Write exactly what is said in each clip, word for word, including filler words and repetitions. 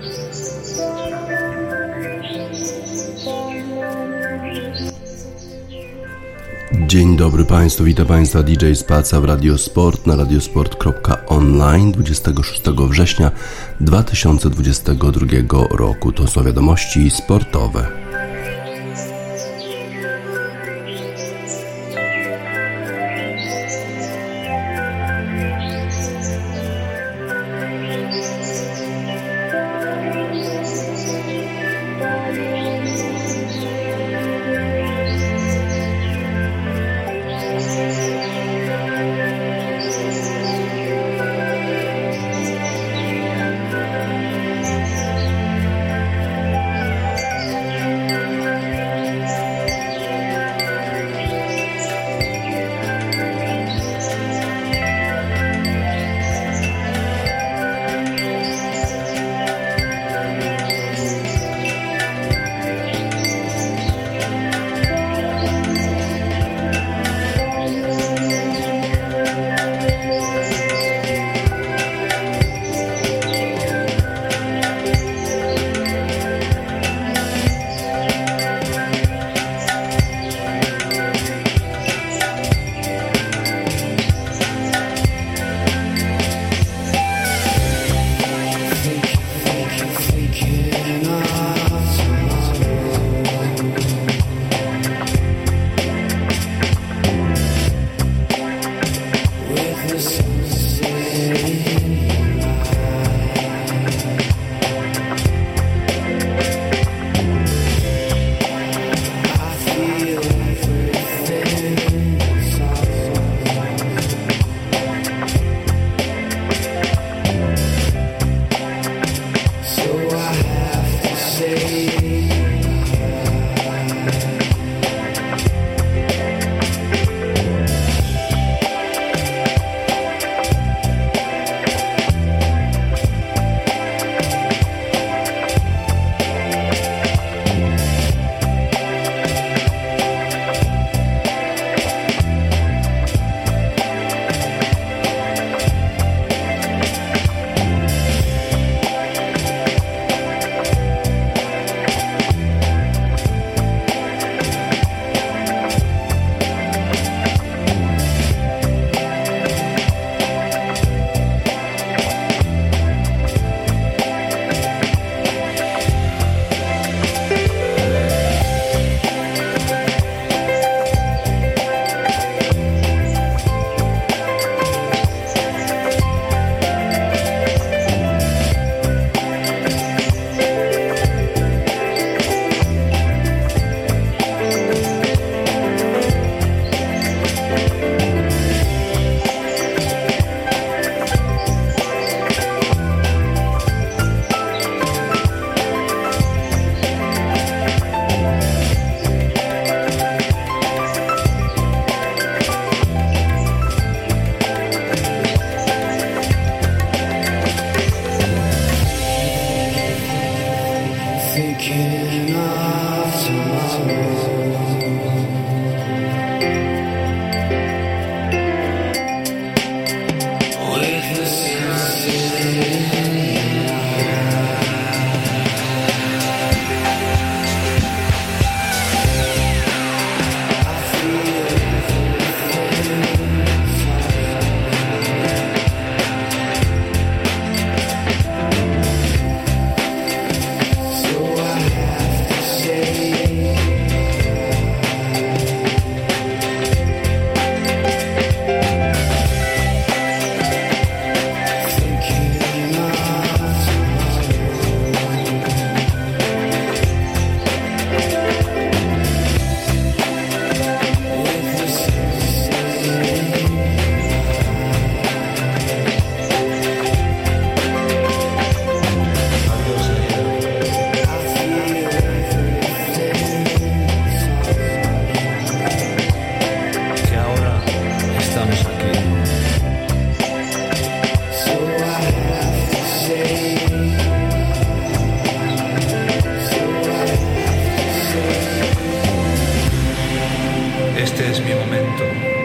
Dzień dobry Państwu, witam Państwa D J Spaca w Radiosport na radiosport kropka online dwudziestego szóstego września dwa tysiące dwudziestego drugiego roku. To są wiadomości sportowe.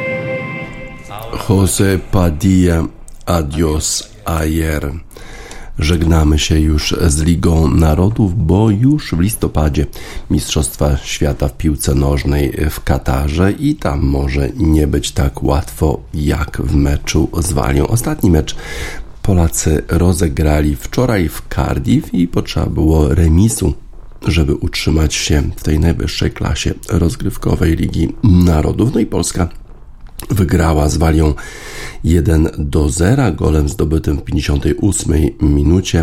José Padilla, Adiós Ayer. Żegnamy się już z Ligą Narodów, bo już w listopadzie Mistrzostwa Świata w piłce nożnej w Katarze i tam może nie być tak łatwo jak w meczu z Walią. Ostatni mecz Polacy rozegrali wczoraj w Cardiff i potrzeba było remisu, żeby utrzymać się w tej najwyższej klasie rozgrywkowej Ligi Narodów. No i Polska wygrała z Walią jeden do zera, golem zdobytym w pięćdziesiątej ósmej minucie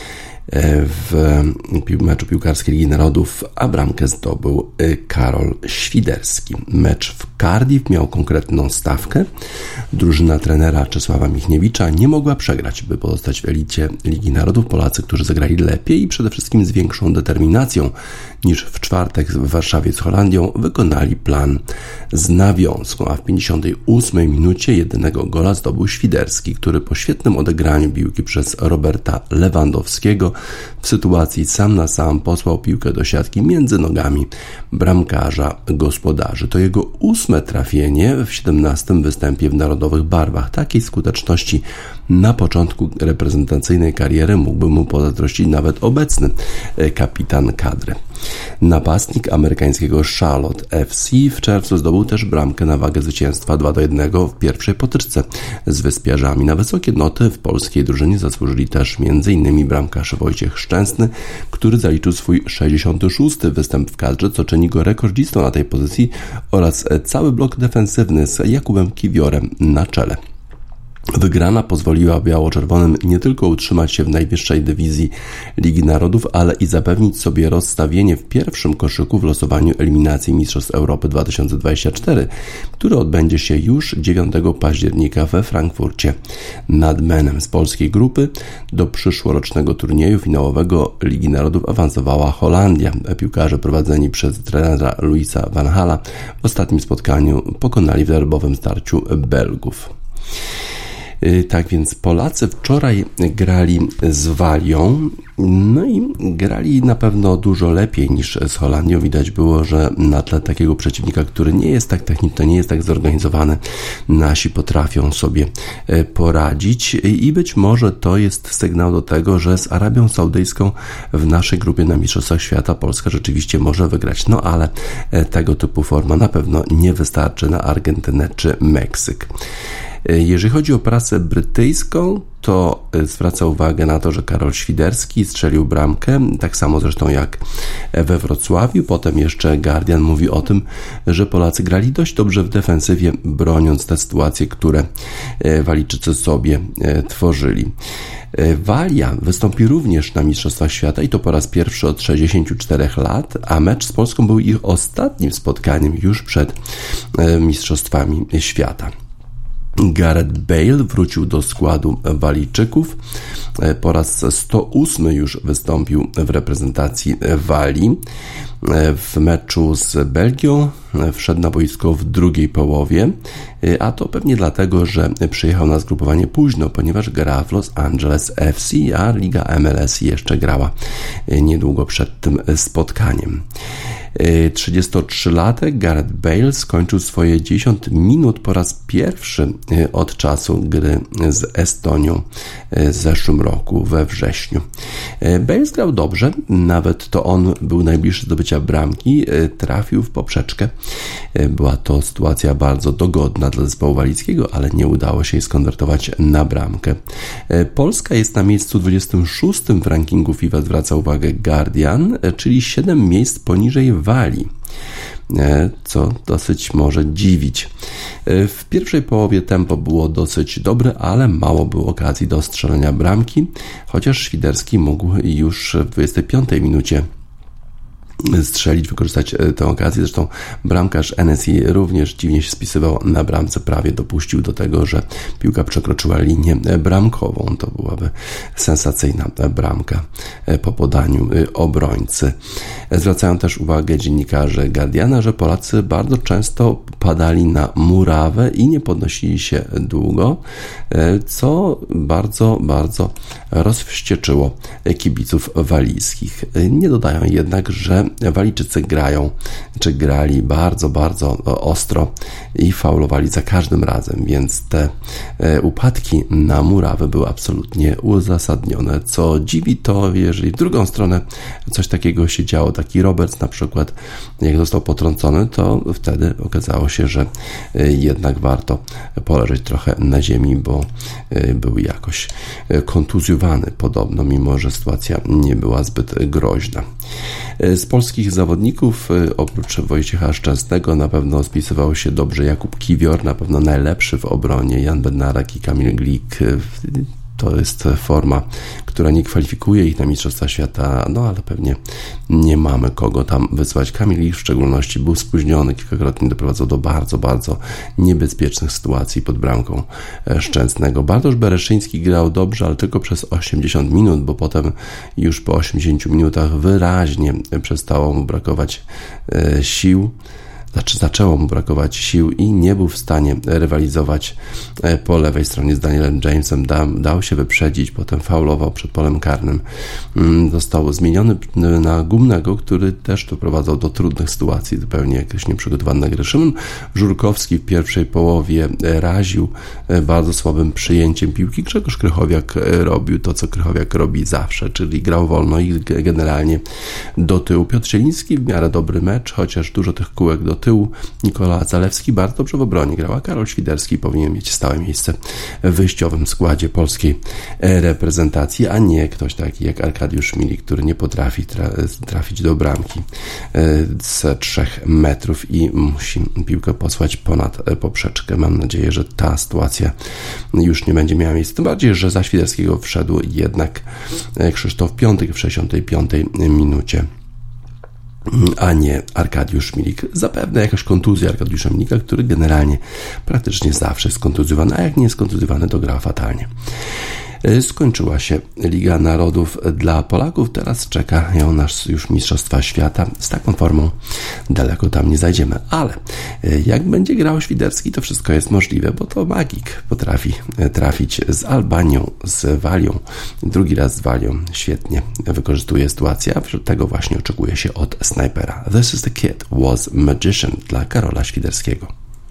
w meczu piłkarskiej Ligi Narodów, a bramkę zdobył Karol Świderski. Mecz w Cardiff miał konkretną stawkę. Drużyna trenera Czesława Michniewicza nie mogła przegrać, by pozostać w elicie Ligi Narodów. Polacy, którzy zagrali lepiej i przede wszystkim z większą determinacją niż w czwartek w Warszawie z Holandią, wykonali plan z nawiązką, a w pięćdziesiątej ósmej minucie jedynego gola zdobył Świderski, który po świetnym odegraniu piłki przez Roberta Lewandowskiego w sytuacji sam na sam posłał piłkę do siatki między nogami bramkarza gospodarzy. To jego ósme trafienie w siedemnastym występie w narodowych barwach. Takiej skuteczności na początku reprezentacyjnej kariery mógłby mu pozazdrościć nawet obecny kapitan kadry. Napastnik amerykańskiego Charlotte F C w czerwcu zdobył też bramkę na wagę zwycięstwa dwa do jednego w pierwszej potyczce z Wyspiarzami. Na wysokie noty w polskiej drużynie zasłużyli też m.in. bramkarz Wojciech Szczęsny, który zaliczył swój sześćdziesiąty szósty występ w kadrze, co czyni go rekordzistą na tej pozycji, oraz cały blok defensywny z Jakubem Kiwiorem na czele. Wygrana pozwoliła biało-czerwonym nie tylko utrzymać się w najwyższej dywizji Ligi Narodów, ale i zapewnić sobie rozstawienie w pierwszym koszyku w losowaniu eliminacji Mistrzostw Europy dwa tysiące dwudziestego czwartego, który odbędzie się już dziewiątego października we Frankfurcie nad Menem. Z polskiej grupy do przyszłorocznego turnieju finałowego Ligi Narodów awansowała Holandia. Piłkarze prowadzeni przez trenera Louisa van Hala w ostatnim spotkaniu pokonali w derbowym starciu Belgów. Tak więc Polacy wczoraj grali z Walią, no i grali na pewno dużo lepiej niż z Holandią. Widać było, że na tle takiego przeciwnika, który nie jest tak techniczny, nie jest tak zorganizowany, nasi potrafią sobie poradzić i być może to jest sygnał do tego, że z Arabią Saudyjską w naszej grupie na Mistrzostwach Świata Polska rzeczywiście może wygrać, no ale tego typu forma na pewno nie wystarczy na Argentynę czy Meksyk. Jeżeli chodzi o prasę brytyjską, to zwraca uwagę na to, że Karol Świderski strzelił bramkę, tak samo zresztą jak we Wrocławiu. Potem jeszcze Guardian mówi o tym, że Polacy grali dość dobrze w defensywie, broniąc te sytuacje, które Walijczycy sobie tworzyli. Walia wystąpi również na Mistrzostwach Świata i to po raz pierwszy od sześćdziesięciu czterech lat, a mecz z Polską był ich ostatnim spotkaniem już przed Mistrzostwami Świata. Gareth Bale wrócił do składu Walijczyków. Po raz sto ósmy już wystąpił w reprezentacji Walii. W meczu z Belgią wszedł na boisko w drugiej połowie, a to pewnie dlatego, że przyjechał na zgrupowanie późno, ponieważ gra w Los Angeles F C, a Liga M L S jeszcze grała niedługo przed tym spotkaniem. trzydziestotrzylatek Gareth Bale skończył swoje dziesięć minut po raz pierwszy od czasu gry z Estonią w zeszłym roku we wrześniu. Bale grał dobrze, nawet to on był najbliższy zdobycia bramki, trafił w poprzeczkę. Była to sytuacja bardzo dogodna dla zespołu walijskiego, ale nie udało się jej skonwertować na bramkę. Polska jest na miejscu dwudziestym szóstym w rankingu FIFA, zwraca uwagę Guardian, czyli siedem miejsc poniżej Walii, co dosyć może dziwić. W pierwszej połowie tempo było dosyć dobre, ale mało było okazji do strzelenia bramki, chociaż Świderski mógł już w dwudziestej piątej minucie strzelić, wykorzystać tę okazję. Zresztą bramkarz N S I również dziwnie się spisywał na bramce, prawie dopuścił do tego, że piłka przekroczyła linię bramkową. To byłaby sensacyjna bramka po podaniu obrońcy. Zwracają też uwagę dziennikarze Guardiana, że Polacy bardzo często padali na murawę i nie podnosili się długo, co bardzo, bardzo rozwścieczyło kibiców walijskich. Nie dodają jednak, że Walijczycy grają, czy grali bardzo, bardzo ostro i faulowali za każdym razem, więc te upadki na murawę były absolutnie uzasadnione. Co dziwi, to jeżeli w drugą stronę coś takiego się działo, taki Roberts na przykład, jak został potrącony, to wtedy okazało się, że jednak warto poleżeć trochę na ziemi, bo był jakoś kontuzjowany podobno, mimo że sytuacja nie była zbyt groźna. Z polskich zawodników, oprócz Wojciecha Szczęsnego, na pewno spisywał się dobrze Jakub Kiwior, na pewno najlepszy w obronie, Jan Bednarek i Kamil Glik. To jest forma, która nie kwalifikuje ich na Mistrzostwa Świata, no ale pewnie nie mamy kogo tam wysłać. Kamil Glik w szczególności był spóźniony, kilkakrotnie doprowadzał do bardzo, bardzo niebezpiecznych sytuacji pod bramką Szczęsnego. Bartosz Bereszyński grał dobrze, ale tylko przez osiemdziesiąt minut, bo potem już po osiemdziesięciu minutach wyraźnie przestało mu brakować sił. Znaczy zaczęło mu brakować sił i nie był w stanie rywalizować po lewej stronie z Danielem Jamesem. Da, dał się wyprzedzić, potem faulował przed polem karnym. Został zmieniony na Gumnego, który też doprowadzał do trudnych sytuacji, zupełnie jakoś nieprzygotowany na grę. Szymon Żurkowski w pierwszej połowie raził bardzo słabym przyjęciem piłki. Grzegorz Krychowiak robił to, co Krychowiak robi zawsze, czyli grał wolno i generalnie do tyłu. Piotr Zieliński w miarę dobry mecz, chociaż dużo tych kółek do tyłu. Nikola Zalewski bardzo dobrze w obronie grał, a Karol Świderski powinien mieć stałe miejsce w wyjściowym składzie polskiej reprezentacji, a nie ktoś taki jak Arkadiusz Milik, który nie potrafi tra- trafić do bramki z trzech metrów i musi piłkę posłać ponad poprzeczkę. Mam nadzieję, że ta sytuacja już nie będzie miała miejsca. Tym bardziej, że za Świderskiego wszedł jednak Krzysztof Piątek w sześćdziesiątej piątej minucie, a nie Arkadiusz Milik. Zapewne jakaś kontuzja Arkadiusza Milika, który generalnie praktycznie zawsze jest kontuzjowany, a jak nie jest kontuzjowany, to gra fatalnie. Skończyła się Liga Narodów dla Polaków, teraz czekają nas już Mistrzostwa Świata. Z taką formą daleko tam nie zajdziemy, ale jak będzie grał Świderski, to wszystko jest możliwe, bo to magik potrafi trafić z Albanią, z Walią, drugi raz z Walią, świetnie wykorzystuje sytuację, a tego właśnie oczekuje się od snajpera. This is the Kid was Magician dla Karola Świderskiego.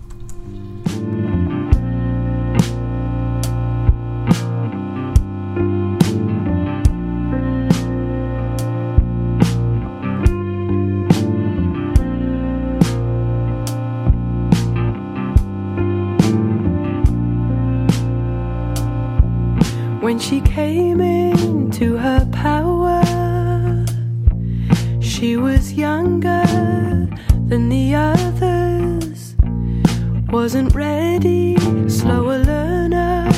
When she came into her power, she was younger than the others, wasn't ready, slower learner,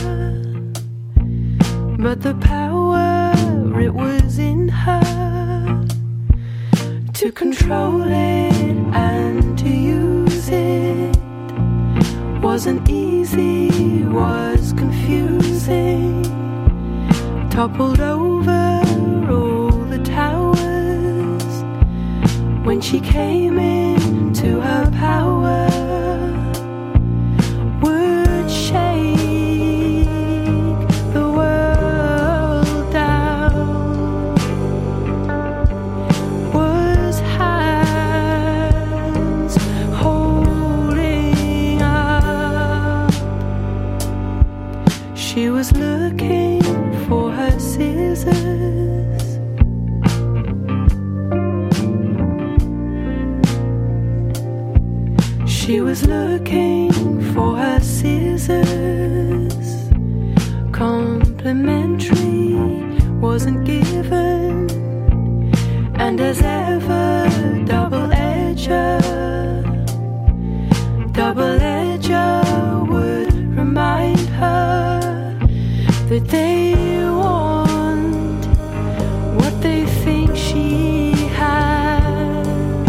but the power, it was in her to control it and to use it. Wasn't easy, was confusing, toppled over all the towers when she came into her power. Would shake the world down, was hands holding up. She was looking for her scissors, she was looking for her scissors. Complimentary wasn't given, and as ever, double-edger, double-edger would remind her that they want what they think she has.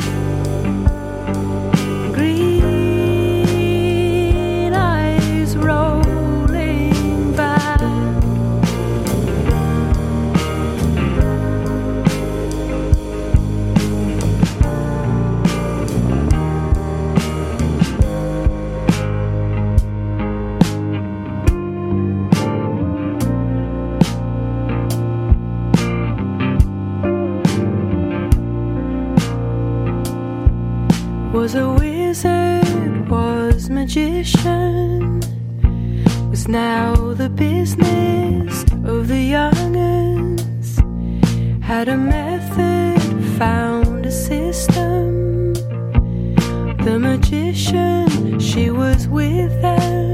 Green eyes rolling back, Was a wizard, was magician, was now the business of the young'uns. Had a method, found a system. The magician, she was with them.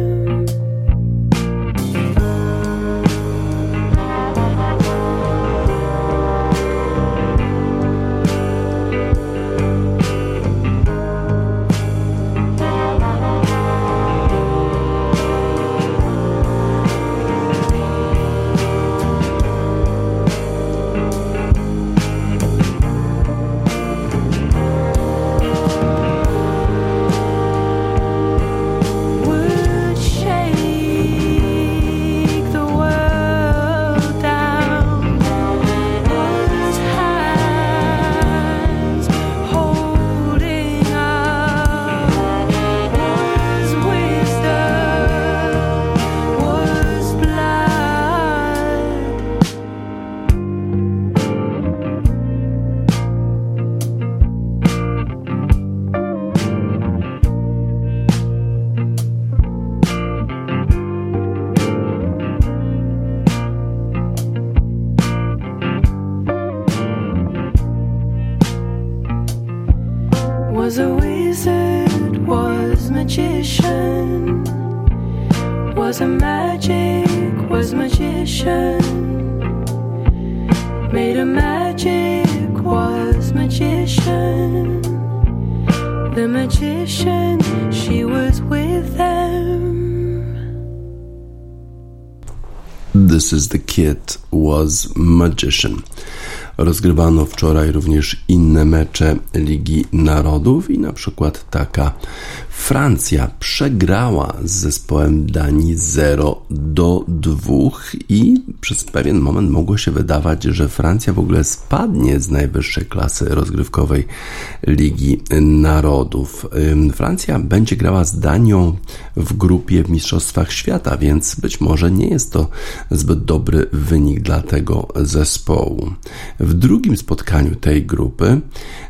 Was a wizard, was magician, was a magic, was magician, made a magic, was magician. The magician, she was with them. This is the Kid, was magician. Rozgrywano wczoraj również inne mecze Ligi Narodów i na przykład taka Francja przegrała z zespołem Danii zero do dwóch i przez pewien moment mogło się wydawać, że Francja w ogóle spadnie z najwyższej klasy rozgrywkowej Ligi Narodów. Francja będzie grała z Danią w grupie w Mistrzostwach Świata, więc być może nie jest to zbyt dobry wynik dla tego zespołu. W drugim spotkaniu tej grupy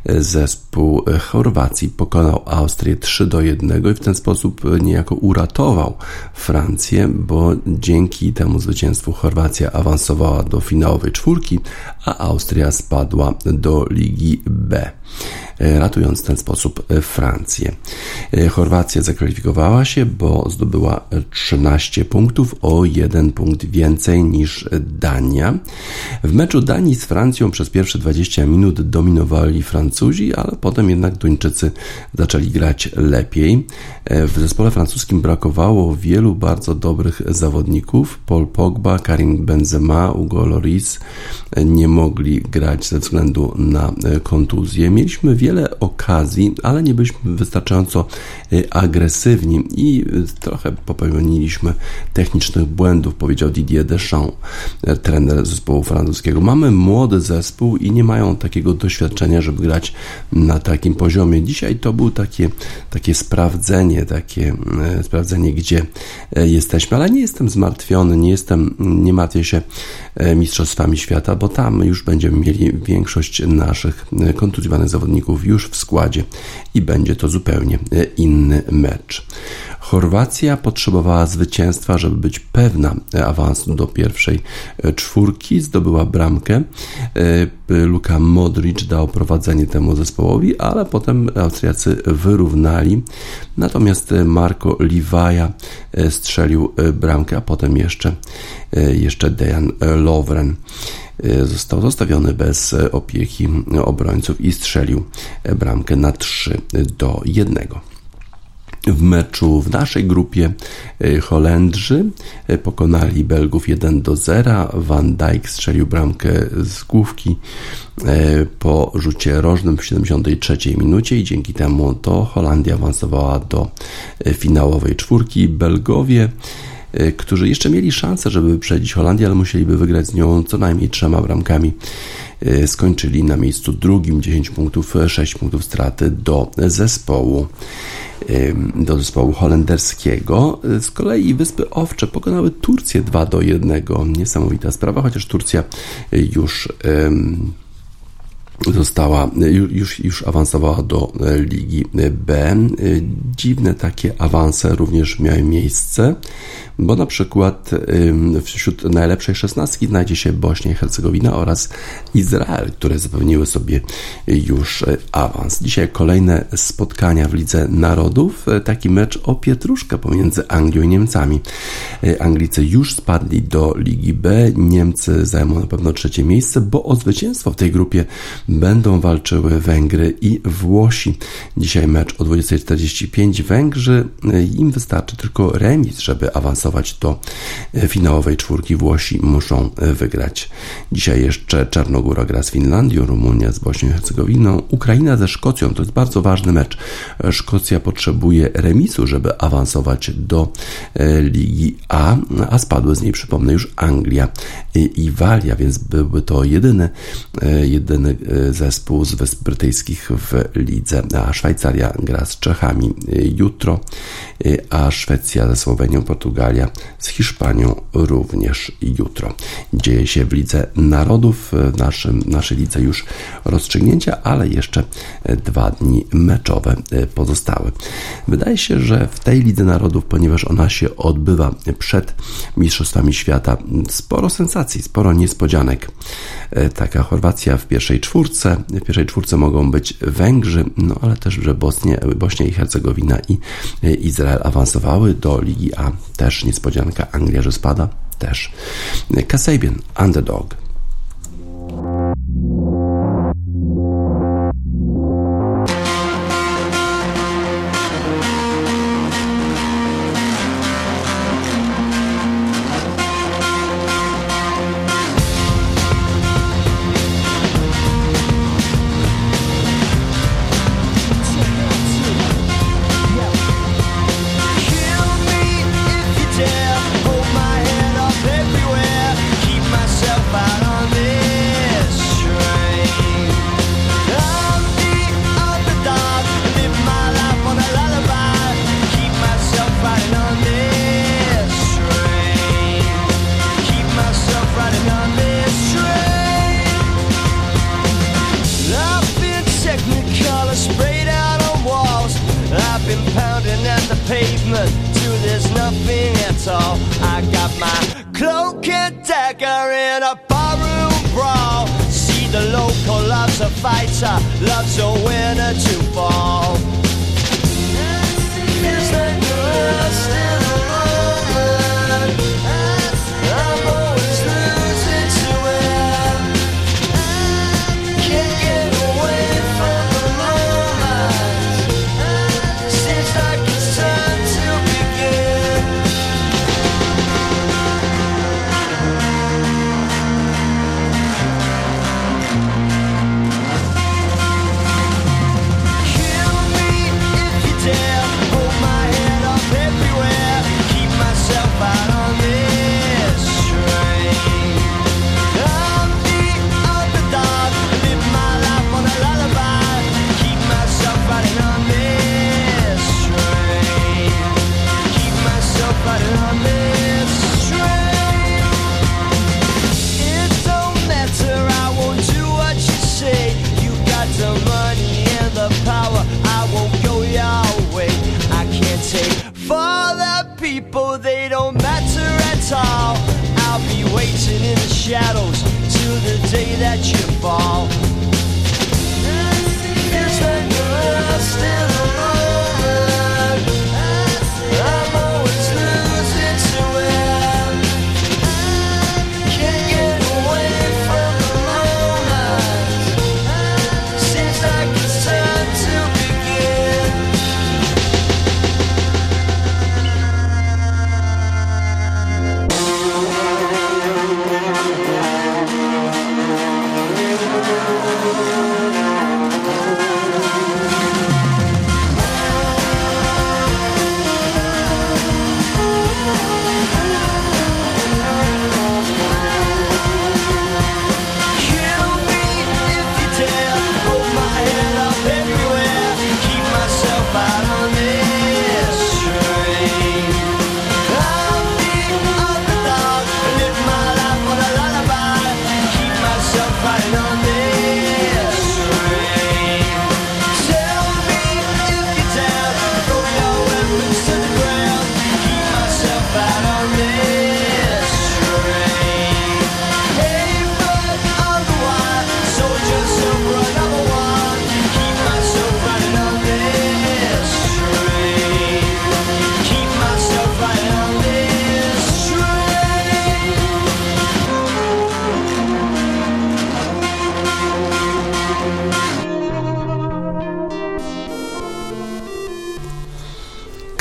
zespół Chorwacji pokonał Austrię trzy do jednego i w ten sposób niejako uratował Francję, bo dzięki temu zwycięstwu Chorwacja awansowała do finałowej czwórki, a Austria spadła do Ligi B, ratując w ten sposób Francję. Chorwacja zakwalifikowała się, bo zdobyła trzynaście punktów, o jeden punkt więcej niż Dania. W meczu Danii z Francją przez pierwsze dwadzieścia minut dominowali Francuzi, ale potem jednak Duńczycy zaczęli grać lepiej. W zespole francuskim brakowało wielu bardzo dobrych zawodników. Paul Pogba, Karim Benzema, Hugo Lloris nie mogli grać ze względu na kontuzję. Mieliśmy wiele okazji, ale nie byliśmy wystarczająco agresywni i trochę popełniliśmy technicznych błędów, powiedział Didier Deschamps, trener zespołu francuskiego. Mamy młody zespół i nie mają takiego doświadczenia, żeby grać na takim poziomie. Dzisiaj to było takie, takie sprawdzenie, takie e, sprawdzenie, gdzie e, jesteśmy, ale nie jestem zmartwiony, nie jestem, nie martwię się e, mistrzostwami świata, bo tam już będziemy mieli większość naszych e, kontuzjowanych zawodników już w składzie i będzie to zupełnie e, inny mecz. Chorwacja potrzebowała zwycięstwa, żeby być pewna awansu do pierwszej czwórki. Zdobyła bramkę. Luka Modric dał prowadzenie temu zespołowi, ale potem Austriacy wyrównali. Natomiast Marco Livaja strzelił bramkę, a potem jeszcze, jeszcze Dejan Lovren został zostawiony bez opieki obrońców i strzelił bramkę na trzy do jednego. W meczu w naszej grupie Holendrzy pokonali Belgów jeden do zera. Van Dijk strzelił bramkę z główki po rzucie rożnym w siedemdziesiątej trzeciej minucie i dzięki temu to Holandia awansowała do finałowej czwórki. Belgowie, którzy jeszcze mieli szansę, żeby wyprzedzić Holandię, ale musieliby wygrać z nią co najmniej trzema bramkami, skończyli na miejscu drugim, dziesięć punktów, sześć punktów straty do zespołu do zespołu holenderskiego. Z kolei Wyspy Owcze pokonały Turcję dwa do jednego. Niesamowita sprawa, chociaż Turcja już um, została, już, już awansowała do Ligi B. Dziwne takie awanse również miały miejsce, bo na przykład wśród najlepszej szesnastki znajdzie się Bośnia i Hercegowina oraz Izrael, które zapewniły sobie już awans. Dzisiaj kolejne spotkania w Lidze Narodów, taki mecz o pietruszkę pomiędzy Anglią i Niemcami. Anglicy już spadli do Ligi B, Niemcy zajmą na pewno trzecie miejsce, bo o zwycięstwo w tej grupie będą walczyły Węgry i Włosi. Dzisiaj mecz o dwudziesta czterdzieści pięć. Węgrzy, im wystarczy tylko remis, żeby awansować do finałowej czwórki. Włosi muszą wygrać. Dzisiaj jeszcze Czarnogóra gra z Finlandią, Rumunia z Bośnią i Hercegowiną, Ukraina ze Szkocją. To jest bardzo ważny mecz. Szkocja potrzebuje remisu, żeby awansować do Ligi A, a spadły z niej, przypomnę, już Anglia i Walia, więc byłby to jedyny, jedyny zespół z Wysp Brytyjskich w lidze, a Szwajcaria gra z Czechami jutro, a Szwecja ze Słowenią, Portugalia z Hiszpanią również jutro. Dzieje się w Lidze Narodów, w naszym, naszej lidze już rozstrzygnięcia, ale jeszcze dwa dni meczowe pozostały. Wydaje się, że w tej Lidze Narodów, ponieważ ona się odbywa przed Mistrzostwami Świata, sporo sensacji, sporo niespodzianek. Taka Chorwacja w pierwszej czwórce, w pierwszej czwórce mogą być Węgrzy, no ale też, że Bosnia, Bośnia i Hercegowina i Izrael awansowały do Ligi A. Też niespodzianka. Anglia, że spada, też. Kasabian, underdog.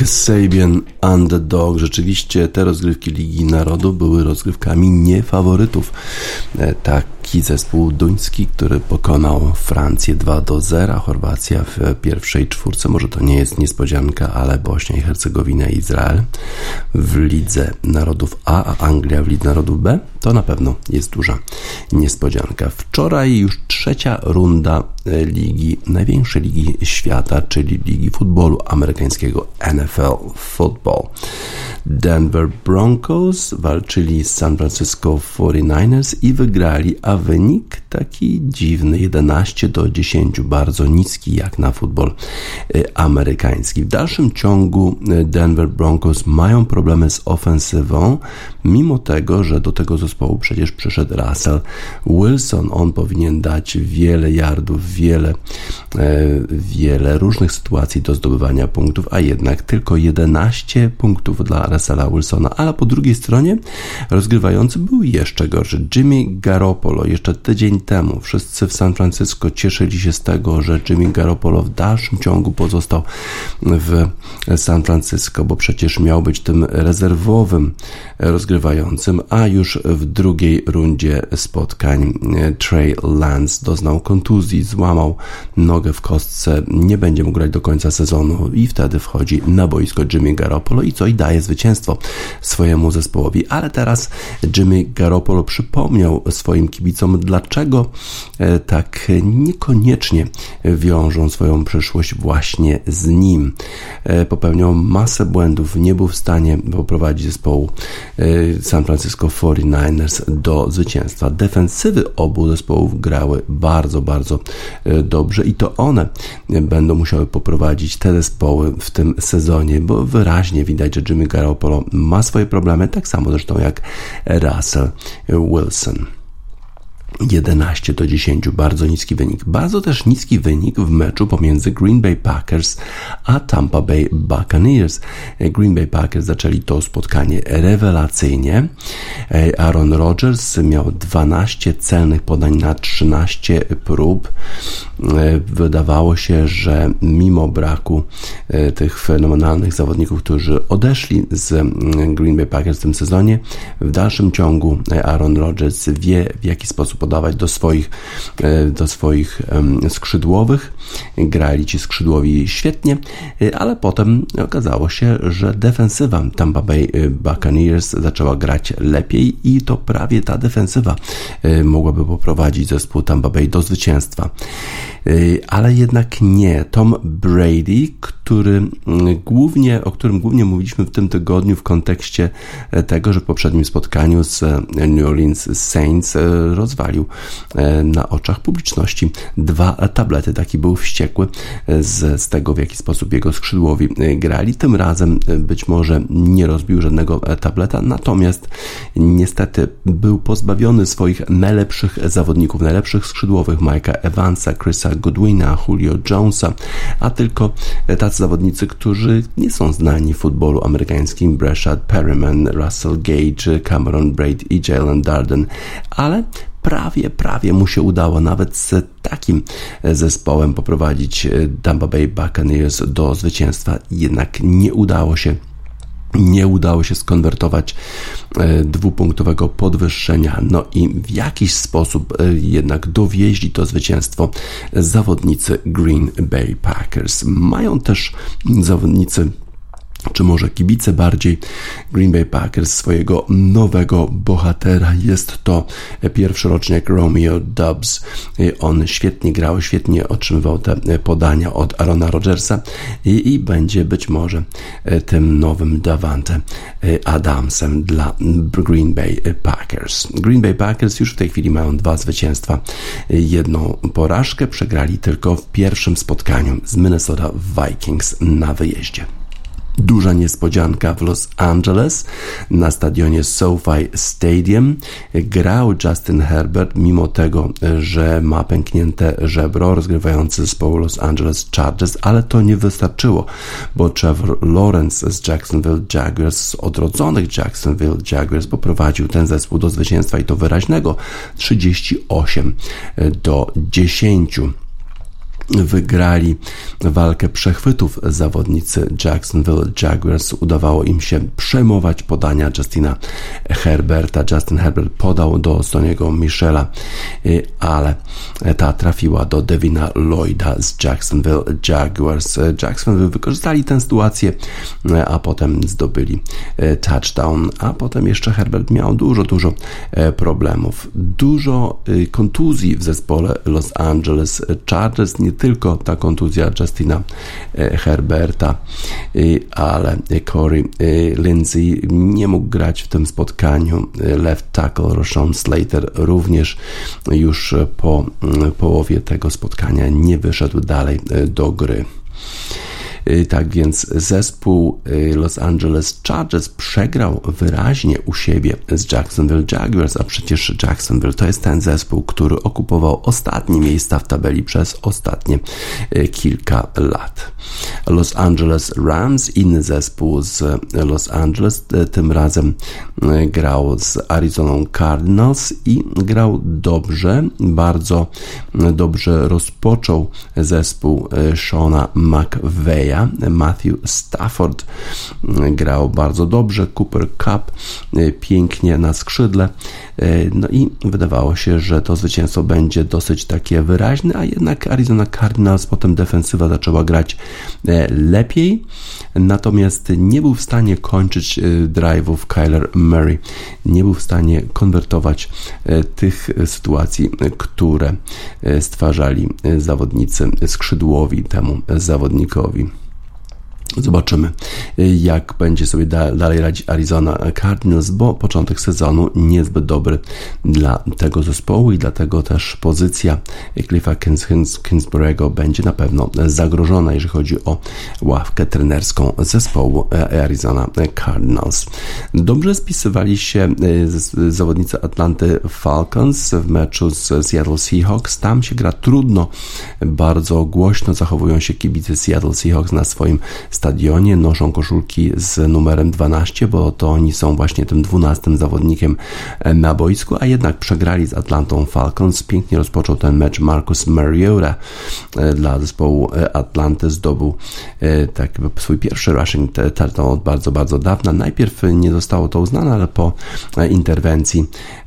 Sabian Underdog. Rzeczywiście te rozgrywki Ligi Narodów były rozgrywkami niefaworytów. Taki zespół duński, który pokonał Francję dwa do zera, Chorwacja w pierwszej czwórce, może to nie jest niespodzianka, ale Bośnia i Hercegowina i Izrael w Lidze Narodów A, a Anglia w Lidze Narodów B, to na pewno jest duża niespodzianka. Wczoraj już trzecia runda ligi, największej ligi świata, czyli ligi futbolu amerykańskiego N F L Football. Denver Broncos walczyli z San Francisco forty-niners i wygrali, a wynik taki dziwny, jedenaście do dziesięciu, bardzo niski jak na futbol amerykański. W dalszym ciągu Denver Broncos mają problemy z ofensywą, mimo tego, że do tego zespołu przecież przyszedł Russell Wilson. On powinien dać wiele yardów, wiele, wiele różnych sytuacji do zdobywania punktów, a jednak tylko jedenaście punktów dla Russella Wilsona, ale po drugiej stronie rozgrywający był jeszcze gorszy. Jimmy Garoppolo. Jeszcze tydzień temu wszyscy w San Francisco cieszyli się z tego, że Jimmy Garoppolo w dalszym ciągu pozostał w San Francisco, bo przecież miał być tym rezerwowym rozgrywającym, a już w drugiej rundzie spotkań Trey Lance doznał kontuzji, złamał nogę w kostce, nie będzie mógł grać do końca sezonu i wtedy wchodzi na boisko Jimmy Garoppolo i co? I daje zwycięstwo swojemu zespołowi. Ale teraz Jimmy Garoppolo przypomniał swoim kibicom, dlaczego tak niekoniecznie wiążą swoją przyszłość właśnie z nim. Popełniał masę błędów, nie był w stanie poprowadzić zespołu San Francisco forty-niners do zwycięstwa. Defensywy obu zespołów grały bardzo, bardzo dobrze i to one będą musiały poprowadzić te zespoły w tym sezonie, bo wyraźnie widać, że Jimmy Garoppolo ma swoje problemy, tak samo zresztą jak Russell Wilson. jedenaście do dziesięciu, bardzo niski wynik. Bardzo też niski wynik w meczu pomiędzy Green Bay Packers a Tampa Bay Buccaneers. Green Bay Packers zaczęli to spotkanie rewelacyjnie. Aaron Rodgers miał dwanaście celnych podań na trzynaście prób. Wydawało się, że mimo braku tych fenomenalnych zawodników, którzy odeszli z Green Bay Packers w tym sezonie, w dalszym ciągu Aaron Rodgers wie, w jaki sposób podawać do swoich, do swoich skrzydłowych. Grali ci skrzydłowi świetnie, ale potem okazało się, że defensywa Tampa Bay Buccaneers zaczęła grać lepiej i to prawie ta defensywa mogłaby poprowadzić zespół Tampa Bay do zwycięstwa. Ale jednak nie. Tom Brady, który głównie, o którym głównie mówiliśmy w tym tygodniu w kontekście tego, że w poprzednim spotkaniu z New Orleans Saints rozwalił na oczach publiczności dwa tablety. Taki był wściekły z, z tego, w jaki sposób jego skrzydłowi grali. Tym razem być może nie rozbił żadnego tableta, natomiast niestety był pozbawiony swoich najlepszych zawodników, najlepszych skrzydłowych, Mike'a Evansa, Chrisa Goodwina, Julio Jonesa, a tylko tacy zawodnicy, którzy nie są znani w futbolu amerykańskim, Brashad Perriman, Russell Gage, Cameron Braid i Jalen Darden, ale prawie, prawie mu się udało nawet z takim zespołem poprowadzić Tampa Bay Buccaneers do zwycięstwa, jednak nie udało się Nie udało się skonwertować dwupunktowego podwyższenia, no i w jakiś sposób jednak dowieźli to zwycięstwo zawodnicy Green Bay Packers. Mają też zawodnicy, czy może kibice bardziej Green Bay Packers, swojego nowego bohatera. Jest to pierwszoroczniak Romeo Doubs. On świetnie grał, świetnie otrzymywał te podania od Aarona Rodgersa i, i będzie być może tym nowym Davante Adamsem dla Green Bay Packers. Green Bay Packers już w tej chwili mają dwa zwycięstwa, jedną porażkę. Przegrali tylko w pierwszym spotkaniu z Minnesota Vikings na wyjeździe. Duża niespodzianka w Los Angeles na stadionie SoFi Stadium. Grał Justin Herbert, mimo tego, że ma pęknięte żebro, rozgrywający zespołu Los Angeles Chargers, ale to nie wystarczyło, bo Trevor Lawrence z Jacksonville Jaguars, z odrodzonych Jacksonville Jaguars, poprowadził ten zespół do zwycięstwa i to wyraźnego trzydzieści osiem do dziesięciu. wygrali walkę przechwytów zawodnicy Jacksonville Jaguars. Udawało im się przejmować podania Justina Herberta. Justin Herbert podał do Soniego Michela, ale ta trafiła do Devina Lloyda z Jacksonville Jaguars. Jacksonville wykorzystali tę sytuację, a potem zdobyli touchdown, a potem jeszcze Herbert miał dużo, dużo problemów. Dużo kontuzji w zespole Los Angeles Chargers, nie tylko ta kontuzja Justina Herberta, ale Corey Lindsey nie mógł grać w tym spotkaniu. Left tackle Rashawn Slater również już po połowie tego spotkania nie wyszedł dalej do gry. Tak więc zespół Los Angeles Chargers przegrał wyraźnie u siebie z Jacksonville Jaguars, a przecież Jacksonville to jest ten zespół, który okupował ostatnie miejsca w tabeli przez ostatnie kilka lat. Los Angeles Rams, inny zespół z Los Angeles, tym razem grał z Arizona Cardinals i grał dobrze, bardzo dobrze rozpoczął zespół Seana McVeya. Matthew Stafford grał bardzo dobrze, Cooper Kupp pięknie na skrzydle, no i wydawało się, że to zwycięstwo będzie dosyć takie wyraźne, a jednak Arizona Cardinals, potem defensywa zaczęła grać lepiej, natomiast nie był w stanie kończyć drive'ów Kyler Murray, nie był w stanie konwertować tych sytuacji, które stwarzali zawodnicy skrzydłowi temu zawodnikowi. Zobaczymy, jak będzie sobie da, dalej radzić Arizona Cardinals, bo początek sezonu niezbyt dobry dla tego zespołu i dlatego też pozycja Cliffa Kingsbury'ego będzie na pewno zagrożona, jeżeli chodzi o ławkę trenerską zespołu Arizona Cardinals. Dobrze spisywali się zawodnicy Atlanty Falcons w meczu z Seattle Seahawks. Tam się gra trudno, bardzo głośno zachowują się kibice Seattle Seahawks na swoim stadionie, noszą koszulki z numerem dwanaście, bo to oni są właśnie tym dwunastym zawodnikiem na boisku, a jednak przegrali z Atlantą Falcons. Pięknie rozpoczął ten mecz Marcus Mariota dla zespołu Atlanty, zdobył tak swój pierwszy rushing touchdown od bardzo, bardzo dawna. Najpierw nie zostało to uznane, ale po interwencji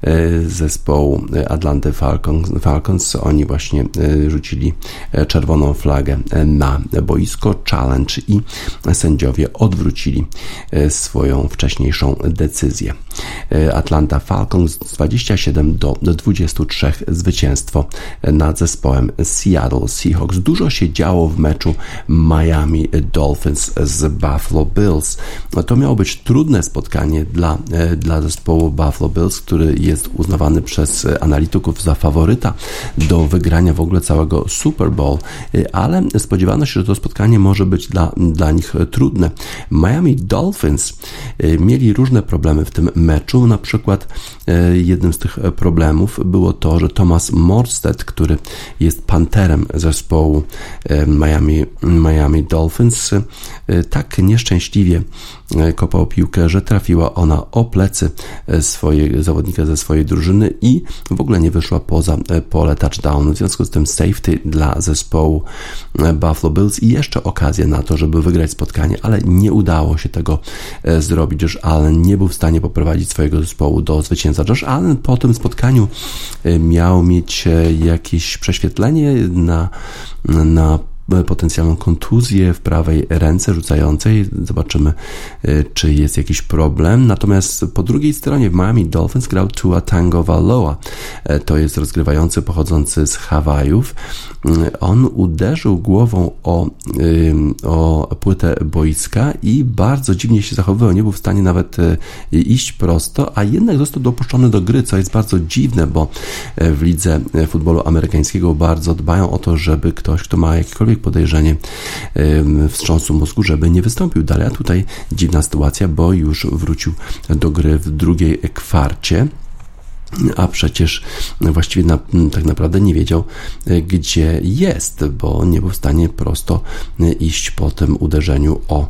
zespołu Atlanty Falcons, Falcons oni właśnie rzucili czerwoną flagę na boisko, challenge, i sędziowie odwrócili swoją wcześniejszą decyzję. Atlanta Falcons dwadzieścia siedem do dwudziestu trzech zwycięstwo nad zespołem Seattle Seahawks. Dużo się działo w meczu Miami Dolphins z Buffalo Bills. To miało być trudne spotkanie dla, dla zespołu Buffalo Bills, który jest uznawany przez analityków za faworyta do wygrania w ogóle całego Super Bowl, ale spodziewano się, że to spotkanie może być dla, dla nich trudne. Miami Dolphins mieli różne problemy w tym meczu. Na przykład jednym z tych problemów było to, że Thomas Morstead, który jest panterem zespołu Miami, Miami Dolphins, tak nieszczęśliwie kopał piłkę, że trafiła ona o plecy swojego zawodnika ze swojej drużyny i w ogóle nie wyszła poza pole touchdownu. W związku z tym safety dla zespołu Buffalo Bills i jeszcze okazja na to, żeby wygrać spotkanie, ale nie udało się tego zrobić. Josh Allen nie był w stanie poprowadzić swojego zespołu do zwycięstwa. Josh Allen po tym spotkaniu miał mieć jakieś prześwietlenie na, na potencjalną kontuzję w prawej ręce rzucającej. Zobaczymy, czy jest jakiś problem. Natomiast po drugiej stronie w Miami Dolphins grał Tua Tagovailoa. To jest rozgrywający pochodzący z Hawajów. On uderzył głową o, o płytę boiska i bardzo dziwnie się zachowywał. Nie był w stanie nawet iść prosto, a jednak został dopuszczony do gry, co jest bardzo dziwne, bo w lidze futbolu amerykańskiego bardzo dbają o to, żeby ktoś, kto ma jakiekolwiek podejrzenie wstrząsu mózgu, żeby nie wystąpił dalej, a tutaj dziwna sytuacja, bo już wrócił do gry w drugiej kwarcie. A przecież właściwie na, tak naprawdę nie wiedział, gdzie jest, bo nie był w stanie prosto iść po tym uderzeniu o,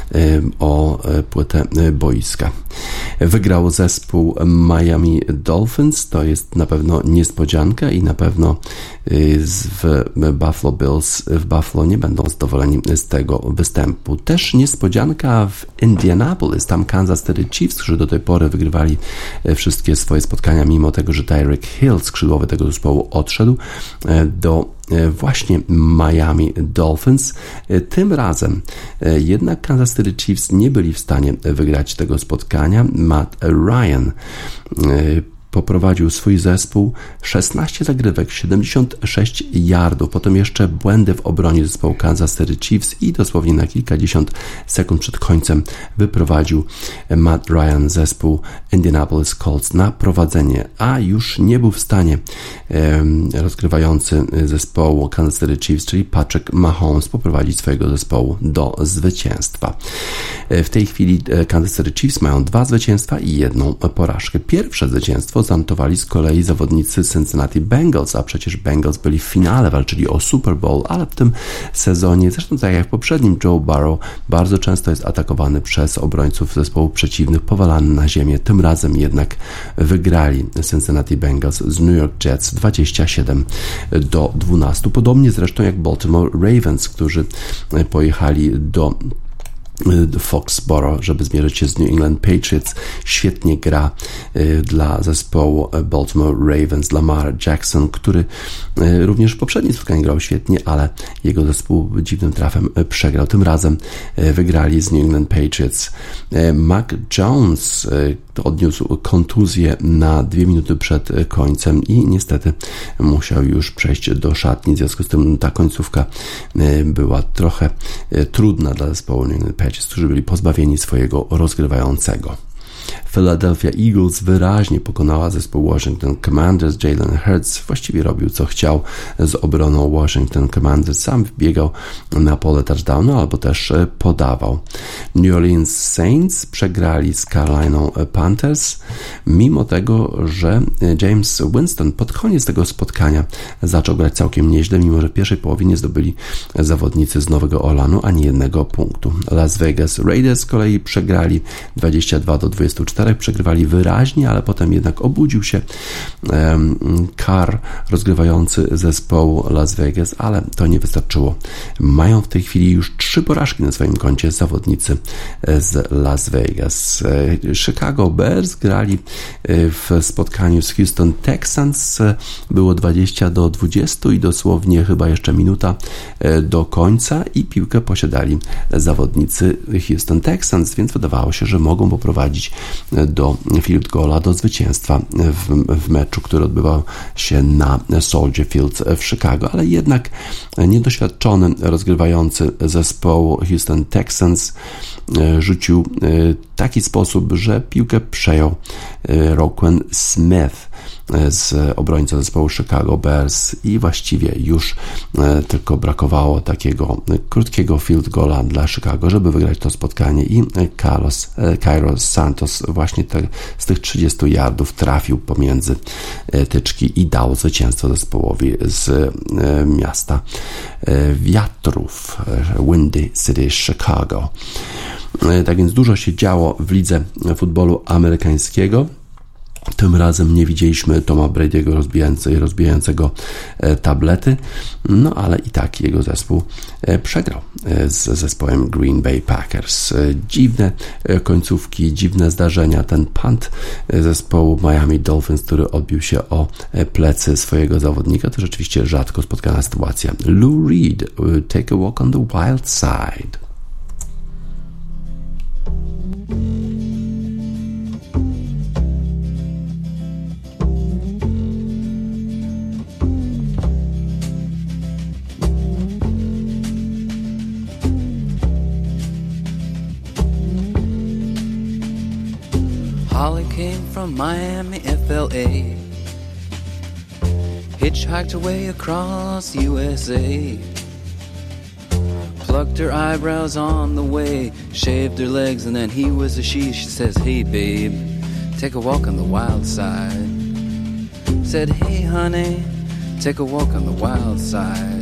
o płytę boiska. Wygrał zespół Miami Dolphins, to jest na pewno niespodzianka i na pewno w Buffalo Bills w Buffalo nie będą zadowoleni z tego występu. Też niespodzianka w Indianapolis, tam Kansas City Chiefs, którzy do tej pory wygrywali wszystkie swoje spotkania, mimo tego, że Tyreek Hill, skrzydłowy tego zespołu, odszedł do właśnie Miami Dolphins. Tym razem jednak Kansas City Chiefs nie byli w stanie wygrać tego spotkania. Matt Ryan poprowadził swój zespół szesnaście zagrywek, siedemdziesiąt sześć yardów, potem jeszcze błędy w obronie zespołu Kansas City Chiefs i dosłownie na kilkadziesiąt sekund przed końcem wyprowadził Matt Ryan zespół Indianapolis Colts na prowadzenie, a już nie był w stanie um, rozgrywający zespołu Kansas City Chiefs, czyli Patrick Mahomes, poprowadzić swojego zespołu do zwycięstwa. W tej chwili Kansas City Chiefs mają dwa zwycięstwa i jedną porażkę. Pierwsze zwycięstwo zanotowali z kolei zawodnicy Cincinnati Bengals, a przecież Bengals byli w finale, walczyli o Super Bowl, ale w tym sezonie, zresztą tak jak w poprzednim, Joe Burrow bardzo często jest atakowany przez obrońców zespołów przeciwnych, powalany na ziemię. Tym razem jednak wygrali Cincinnati Bengals z New York Jets dwadzieścia siedem do dwunastu. Podobnie zresztą jak Baltimore Ravens, którzy pojechali do Foxborough, żeby zmierzyć się z New England Patriots. Świetnie gra y, dla zespołu Baltimore Ravens Lamar Jackson, który y, również w poprzednim spotkaniu grał świetnie, ale jego zespół dziwnym trafem y, przegrał. Tym razem y, wygrali z New England Patriots. Y, Mac Jones y, odniósł kontuzję na dwie minuty przed końcem i niestety musiał już przejść do szatni. W związku z tym ta końcówka y, była trochę y, trudna dla zespołu New England Patriots, którzy byli pozbawieni swojego rozgrywającego. Philadelphia Eagles wyraźnie pokonała zespół Washington Commanders. Jalen Hurts właściwie robił co chciał z obroną Washington Commanders. Sam wbiegał na pole touchdownu albo też podawał. New Orleans Saints przegrali z Carolina Panthers, mimo tego, że James Winston pod koniec tego spotkania zaczął grać całkiem nieźle, mimo że w pierwszej połowie zdobyli zawodnicy z Nowego Orlanu ani jednego punktu. Las Vegas Raiders z kolei przegrali dwadzieścia dwa do dwudziestu czterech. Przegrywali wyraźnie, ale potem jednak obudził się um, Carr, rozgrywający zespołu Las Vegas, ale to nie wystarczyło. Mają w tej chwili już trzy porażki na swoim koncie zawodnicy z Las Vegas. Chicago Bears grali w spotkaniu z Houston Texans. Było dwadzieścia do dwudziestu i dosłownie chyba jeszcze minuta do końca i piłkę posiadali zawodnicy Houston Texans, więc wydawało się, że mogą poprowadzić do field goala, do zwycięstwa w, w meczu, który odbywał się na Soldier Field w Chicago, ale jednak niedoświadczony rozgrywający zespołu Houston Texans rzucił taki sposób, że piłkę przejął Roquan Smith z obrońca zespołu Chicago Bears i właściwie już tylko brakowało takiego krótkiego field goala dla Chicago, żeby wygrać to spotkanie i Carlos, Kairos Santos właśnie te, z tych trzydziestu yardów trafił pomiędzy tyczki i dał zwycięstwo zespołowi z miasta wiatrów Windy City, Chicago. Tak więc dużo się działo w lidze futbolu amerykańskiego. Tym razem nie widzieliśmy Toma Brady'ego rozbijającego, rozbijającego tablety, no ale i tak jego zespół przegrał z zespołem Green Bay Packers. Dziwne końcówki, dziwne zdarzenia. Ten punt zespołu Miami Dolphins, który odbił się o plecy swojego zawodnika, to rzeczywiście rzadko spotkana sytuacja. Lou Reed, Take a Walk on the Wild Side. Holly came from Miami, F L A, hitchhiked away across U S A, plucked her eyebrows on the way, shaved her legs, and then he was a she. She says, hey babe, take a walk on the wild side. Said, hey honey, take a walk on the wild side.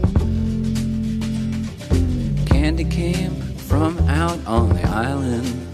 Candy came from out on the island,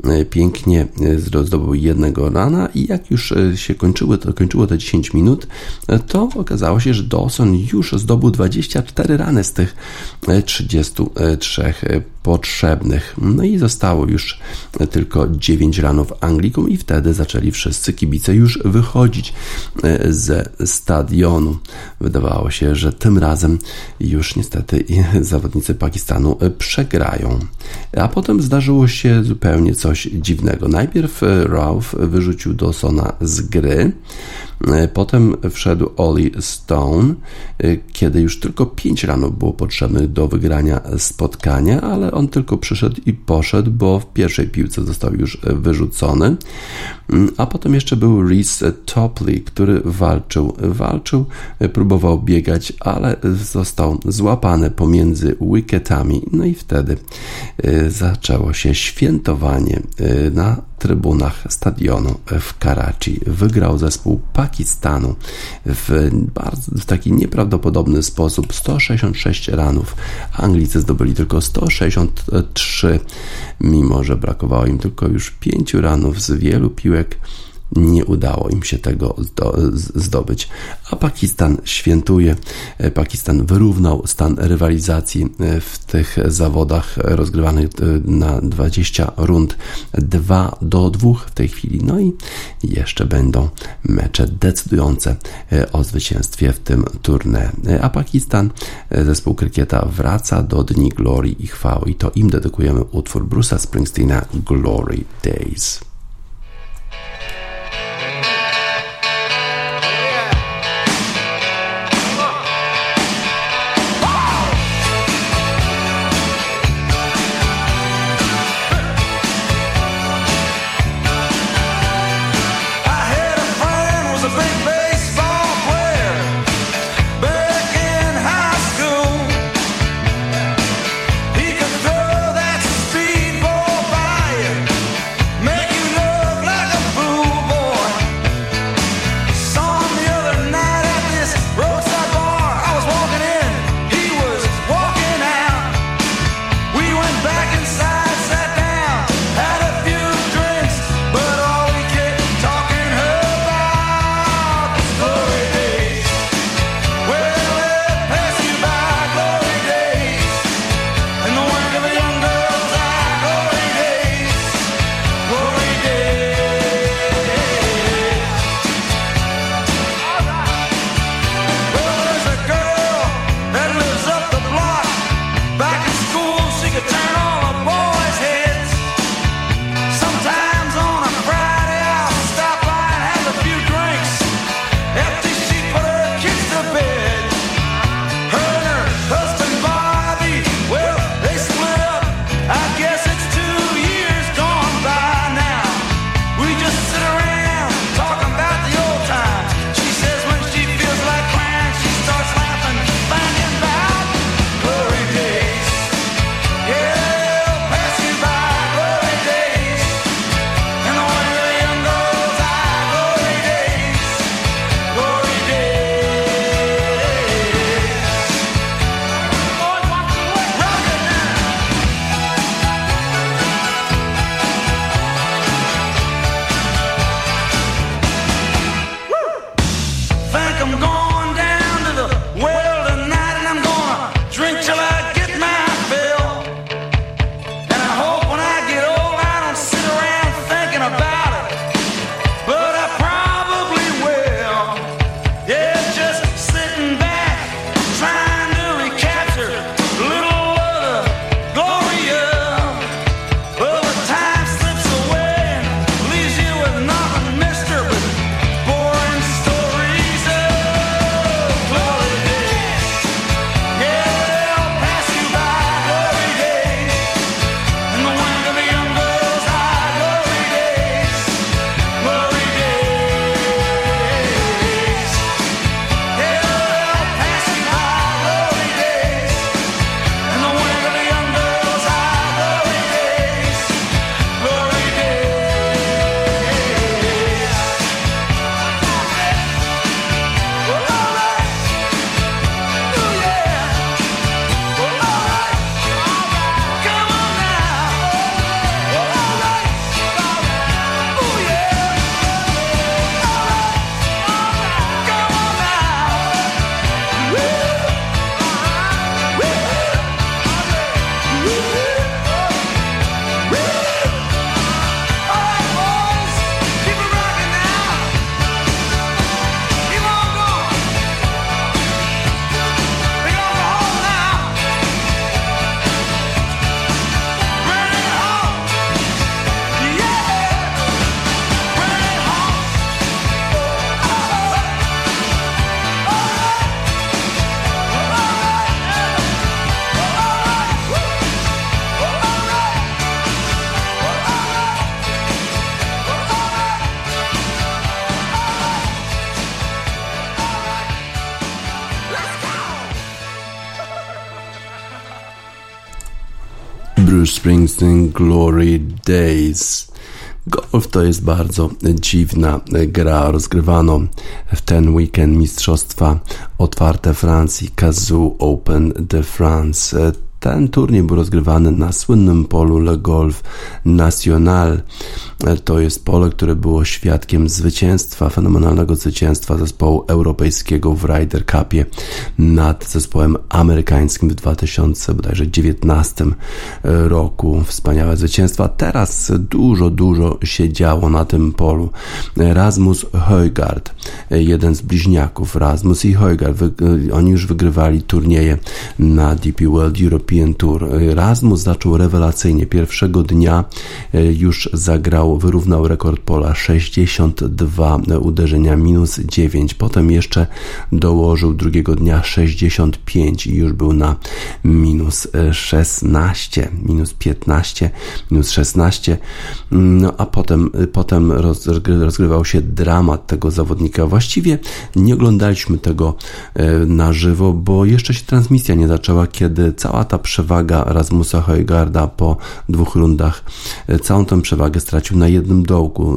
pięknie zdobył jednego rana i jak już się kończyły, to kończyło te dziesięć minut, to okazało się, że Dawson już zdobył dwadzieścia cztery rany z tych trzydziestu trzech potrzebnych. No i zostało już tylko dziewięć ranów Anglikom i wtedy zaczęli wszyscy kibice już wychodzić ze stadionu. Wydawało się, że tym razem już niestety zawodnicy Pakistanu przegrają. A potem zdarzyło się zupełnie coś dziwnego. Najpierw Ralph wyrzucił Dawsona z gry, potem wszedł Ollie Stone, kiedy już tylko pięć ranów było potrzebnych do wygrania spotkania, ale on tylko przyszedł i poszedł, bo w pierwszej piłce został już wyrzucony. A potem jeszcze był Reese Topley, który walczył, walczył, próbował biegać, ale został złapany pomiędzy wicketami. No i wtedy zaczęło się świętowanie na trybunach stadionu w Karachi. Wygrał zespół Pakistanu w, bardzo, w taki nieprawdopodobny sposób. sto sześćdziesiąt sześć ranów. Anglicy zdobyli tylko sto sześćdziesiąt trzy, mimo że brakowało im tylko już pięciu ranów z wielu piłek. Nie udało im się tego zdobyć, a Pakistan świętuje. Pakistan wyrównał stan rywalizacji w tych zawodach rozgrywanych na dwadzieścia rund, dwa do dwóch w tej chwili. No i jeszcze będą mecze decydujące o zwycięstwie w tym turnieju. A Pakistan, zespół krykieta, wraca do dni glorii i chwały i to im dedykujemy utwór Bruce'a Springsteena Glory Days. Make you Bruce Springsteen, Glory Days. Golf to jest bardzo dziwna gra. Rozgrywano w ten weekend mistrzostwa otwarte Francji, Cazaux Open de France. Ten turniej był rozgrywany na słynnym polu Le Golf National. To jest pole, które było świadkiem zwycięstwa, fenomenalnego zwycięstwa zespołu europejskiego w Ryder Cupie nad zespołem amerykańskim w dwa tysiące dziewiętnastym roku. Wspaniałe zwycięstwa. Teraz dużo, dużo się działo na tym polu. Rasmus Højgaard, jeden z bliźniaków, Rasmus i Højgaard, oni już wygrywali turnieje na D P World Europe Tour. Rasmus zaczął rewelacyjnie. Pierwszego dnia już zagrał, wyrównał rekord pola, sześćdziesiąt dwa uderzenia, minus dziewięć. Potem jeszcze dołożył drugiego dnia sześćdziesiąt pięć i już był na minus szesnaście, minus piętnaście, minus szesnaście. No a potem, potem rozgrywał się dramat tego zawodnika. Właściwie nie oglądaliśmy tego na żywo, bo jeszcze się transmisja nie zaczęła, kiedy cała ta przewaga Rasmusa Højgaarda po dwóch rundach, całą tę przewagę stracił na jednym dołku.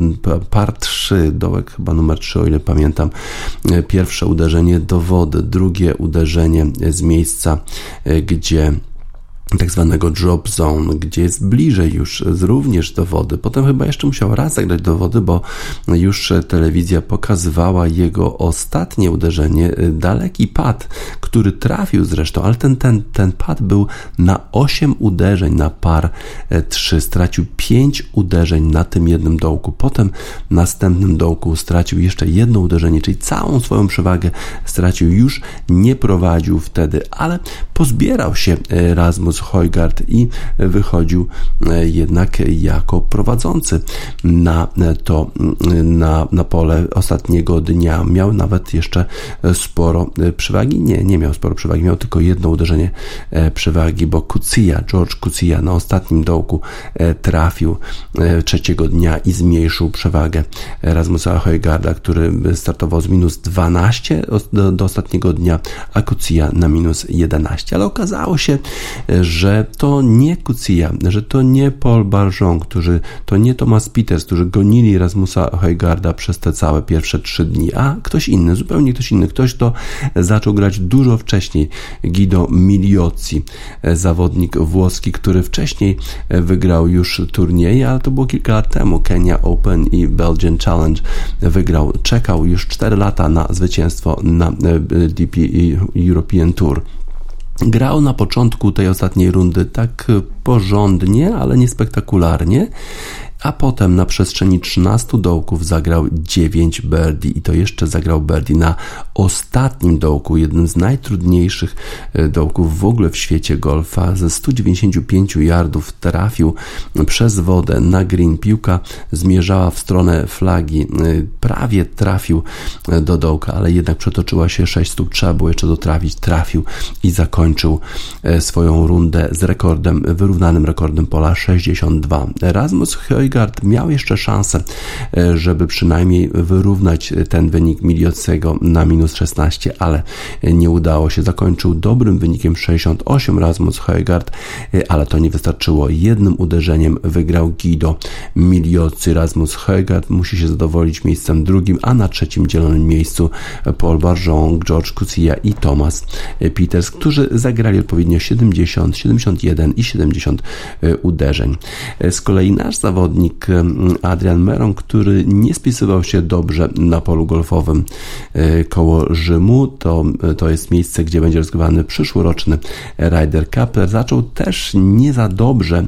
Par trzy, dołek chyba numer trzy, o ile pamiętam. Pierwsze uderzenie do wody, drugie uderzenie z miejsca, gdzie tak zwanego drop zone, gdzie jest bliżej już również do wody. Potem chyba jeszcze musiał raz zagrać do wody, bo już telewizja pokazywała jego ostatnie uderzenie, daleki pad, który trafił zresztą, ale ten, ten, ten pad był na osiem uderzeń na par trzy. Stracił pięć uderzeń na tym jednym dołku. Potem na następnym dołku stracił jeszcze jedno uderzenie, czyli całą swoją przewagę stracił. Już nie prowadził wtedy, ale pozbierał się Rasmus Højgaard i wychodził jednak jako prowadzący na to, na, na pole ostatniego dnia. Miał nawet jeszcze sporo przewagi. Nie, nie miał sporo przewagi, miał tylko jedno uderzenie przewagi, bo Cucilla, George Cucilla na ostatnim dołku trafił trzeciego dnia i zmniejszył przewagę Rasmusa Højgaarda, który startował z minus dwanaście do, do ostatniego dnia, a Cucilla na minus jedenaście. Ale okazało się, że to nie Cucilla, że to nie Paul Barjon, którzy, to nie Thomas Pieters, którzy gonili Rasmusa Højgaarda przez te całe pierwsze trzy dni, a ktoś inny, zupełnie ktoś inny, ktoś, kto zaczął grać dużo wcześniej. Guido Migliozzi, zawodnik włoski, który wcześniej wygrał już turnieje, ale to było kilka lat temu. Kenya Open i Belgian Challenge wygrał, czekał już cztery lata na zwycięstwo na D P European Tour. Grał na początku tej ostatniej rundy tak porządnie, ale niespektakularnie, a potem na przestrzeni trzynastu dołków zagrał dziewięć birdie i to jeszcze zagrał birdie na ostatnim dołku, jednym z najtrudniejszych dołków w ogóle w świecie golfa. Ze stu dziewięćdziesięciu pięciu yardów trafił przez wodę na green, piłka zmierzała w stronę flagi, prawie trafił do dołka, ale jednak przetoczyła się sześć stóp, trzeba było jeszcze dotrafić, trafił i zakończył swoją rundę z rekordem, wyrównanym rekordem pola sześćdziesiąt dwa. Rasmus Højgaard miał jeszcze szansę, żeby przynajmniej wyrównać ten wynik Migliozziego na minus szesnaście, ale nie udało się. Zakończył dobrym wynikiem sześćdziesiąt osiem Rasmus Højgaard, ale to nie wystarczyło. Jednym uderzeniem wygrał Guido Migliozzi. Rasmus Højgaard musi się zadowolić miejscem drugim, a na trzecim dzielonym miejscu Paul Barjon, George Cucilla i Thomas Pieters, którzy zagrali odpowiednio siedemdziesiąt, siedemdziesiąt jeden i siedemdziesiąt uderzeń. Z kolei nasz zawodnik Adrian Meron, który nie spisywał się dobrze na polu golfowym koło Rzymu, to, to jest miejsce, gdzie będzie rozgrywany przyszłoroczny Ryder Cup. Zaczął też nie za dobrze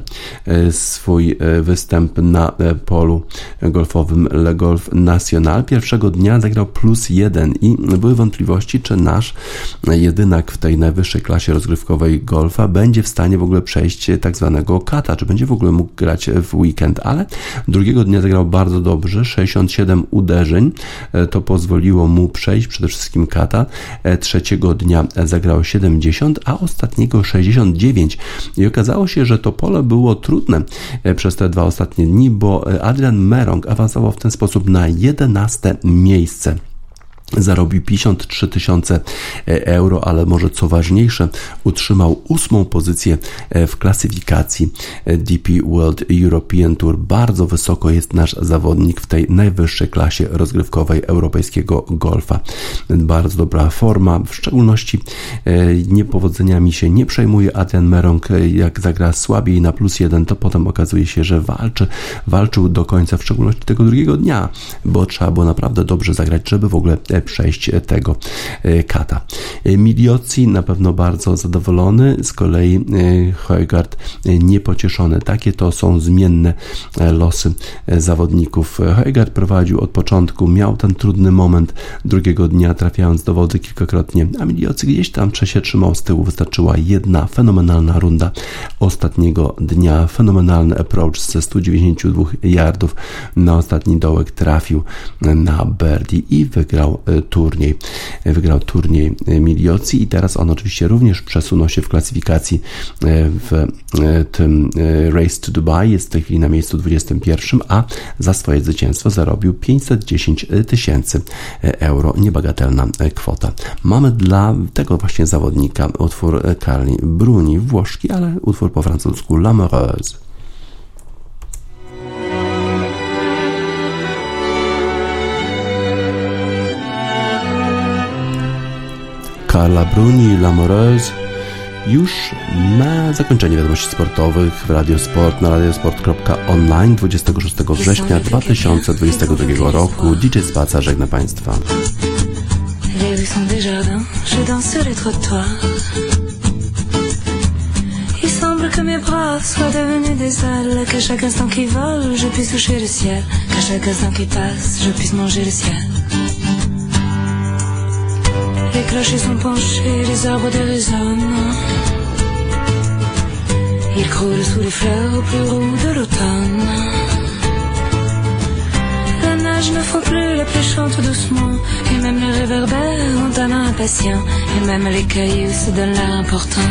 swój występ na polu golfowym Le Golf National. Pierwszego dnia zagrał plus jeden i były wątpliwości, czy nasz jedynak w tej najwyższej klasie rozgrywkowej golfa będzie w stanie w ogóle przejść tak zwanego kata, czy będzie w ogóle mógł grać w weekend, ale drugiego dnia zagrał bardzo dobrze, sześćdziesiąt siedem uderzeń, to pozwoliło mu przejść przede wszystkim kata. Trzeciego dnia zagrał siedemdziesiąt, a ostatniego sześćdziesiąt dziewięć i okazało się, że to pole było trudne przez te dwa ostatnie dni, bo Adrian Meron awansował w ten sposób na jedenaste miejsce Zarobił pięćdziesiąt trzy tysiące euro, ale może co ważniejsze, utrzymał ósmą pozycję w klasyfikacji D P World European Tour. Bardzo wysoko jest nasz zawodnik w tej najwyższej klasie rozgrywkowej europejskiego golfa. Bardzo dobra forma, w szczególności niepowodzeniami się nie przejmuje Adrian Meronk. Jak zagra słabiej na plus jeden, to potem okazuje się, że walczy, walczył do końca, w szczególności tego drugiego dnia, bo trzeba było naprawdę dobrze zagrać, żeby w ogóle przejść tego kata. Miliozzi na pewno bardzo zadowolony, z kolei Højgaard niepocieszony. Takie to są zmienne losy zawodników. Højgaard prowadził od początku, miał ten trudny moment drugiego dnia, trafiając do wody kilkakrotnie, a Miliozzi gdzieś tam się trzymał z tyłu. Wystarczyła jedna fenomenalna runda ostatniego dnia. Fenomenalny approach ze stu dziewięćdziesięciu dwóch yardów na ostatni dołek trafił na birdie i wygrał turniej. Wygrał turniej Miliozzi i teraz on oczywiście również przesunął się w klasyfikacji w tym Race to Dubai. Jest w tej chwili na miejscu dwudziestym pierwszym, a za swoje zwycięstwo zarobił pięćset dziesięć tysięcy euro. Niebagatelna kwota. Mamy dla tego właśnie zawodnika utwór Carli Bruni, włoski, ale utwór po francusku L'Amoureuse. Carla Bruni, L'Amoureuse. Już na zakończenie wiadomości sportowych w Radiosport na radiosport kropka online dwudziestego szóstego września dwa tysiące dwudziestego drugiego roku. D J Spaca żegna Państwa. Les rues sont des jardins, je danse sur les trottoirs. Il semble que mes bras soient devenus des ailes, qu'à chaque instant qui vole, je puisse toucher le ciel, qu'à chaque instant qui passe, je puisse manger le ciel. Les clochers sont penchés, les arbres déraisonnent. Ils croulent sous les fleurs plus roux de l'automne. La nage ne fond plus, la pluie chante doucement. Et même les réverbères ont un air impatient. Et même les cailloux se donnent l'air important.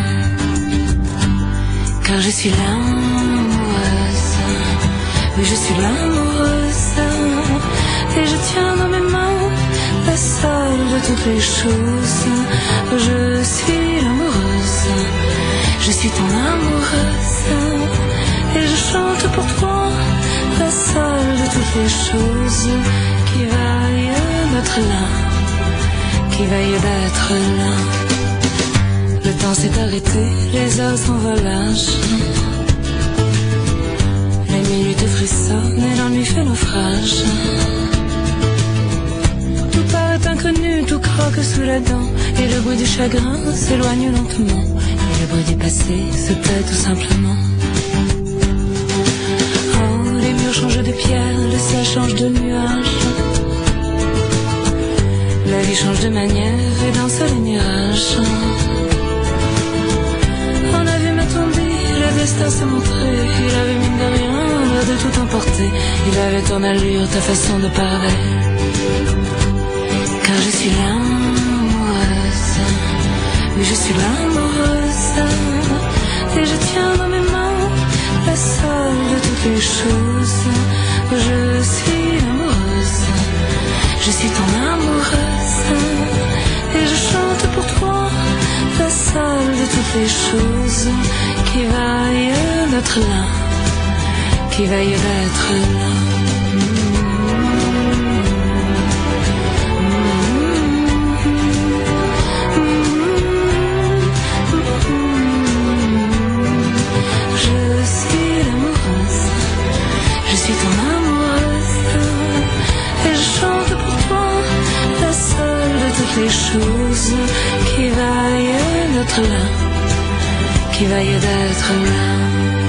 Car je suis l'amoureuse. Oui, je suis l'amoureuse. Et je tiens dans mes mains la seule de toutes les choses. Je suis l'amoureuse. Je suis ton amoureuse. Et je chante pour toi la seule de toutes les choses qui vaille d'être là, qui vaille d'être là. Le temps s'est arrêté, les heures s'envolagent. Les minutes frissonnent et l'ennui fait naufrage. Tout paraît inconnu, tout croque sous la dent. Et le bruit du chagrin s'éloigne lentement. Et le bruit du passé se tait tout simplement. Les murs changent de pierre, le ciel change de nuage. La vie change de manière et danse les mirages. On a vu m'attendre, le destin se montrer. Il avait mine de rien l'air de tout emporter. Il avait ton allure, ta façon de parler. Car je suis l'amoureuse. Oui, je suis l'amoureuse. Et je tiens dans mes mains la seule de toutes les choses. Je suis l'amoureuse. Je suis ton amoureuse. Et je chante pour toi la seule de toutes les choses qui vaille d'être là, qui vaille d'être là. Je suis ton amoureuse. Et je chante pour toi la seule de toutes les choses qui vaille d'être là, qui vaille d'être là.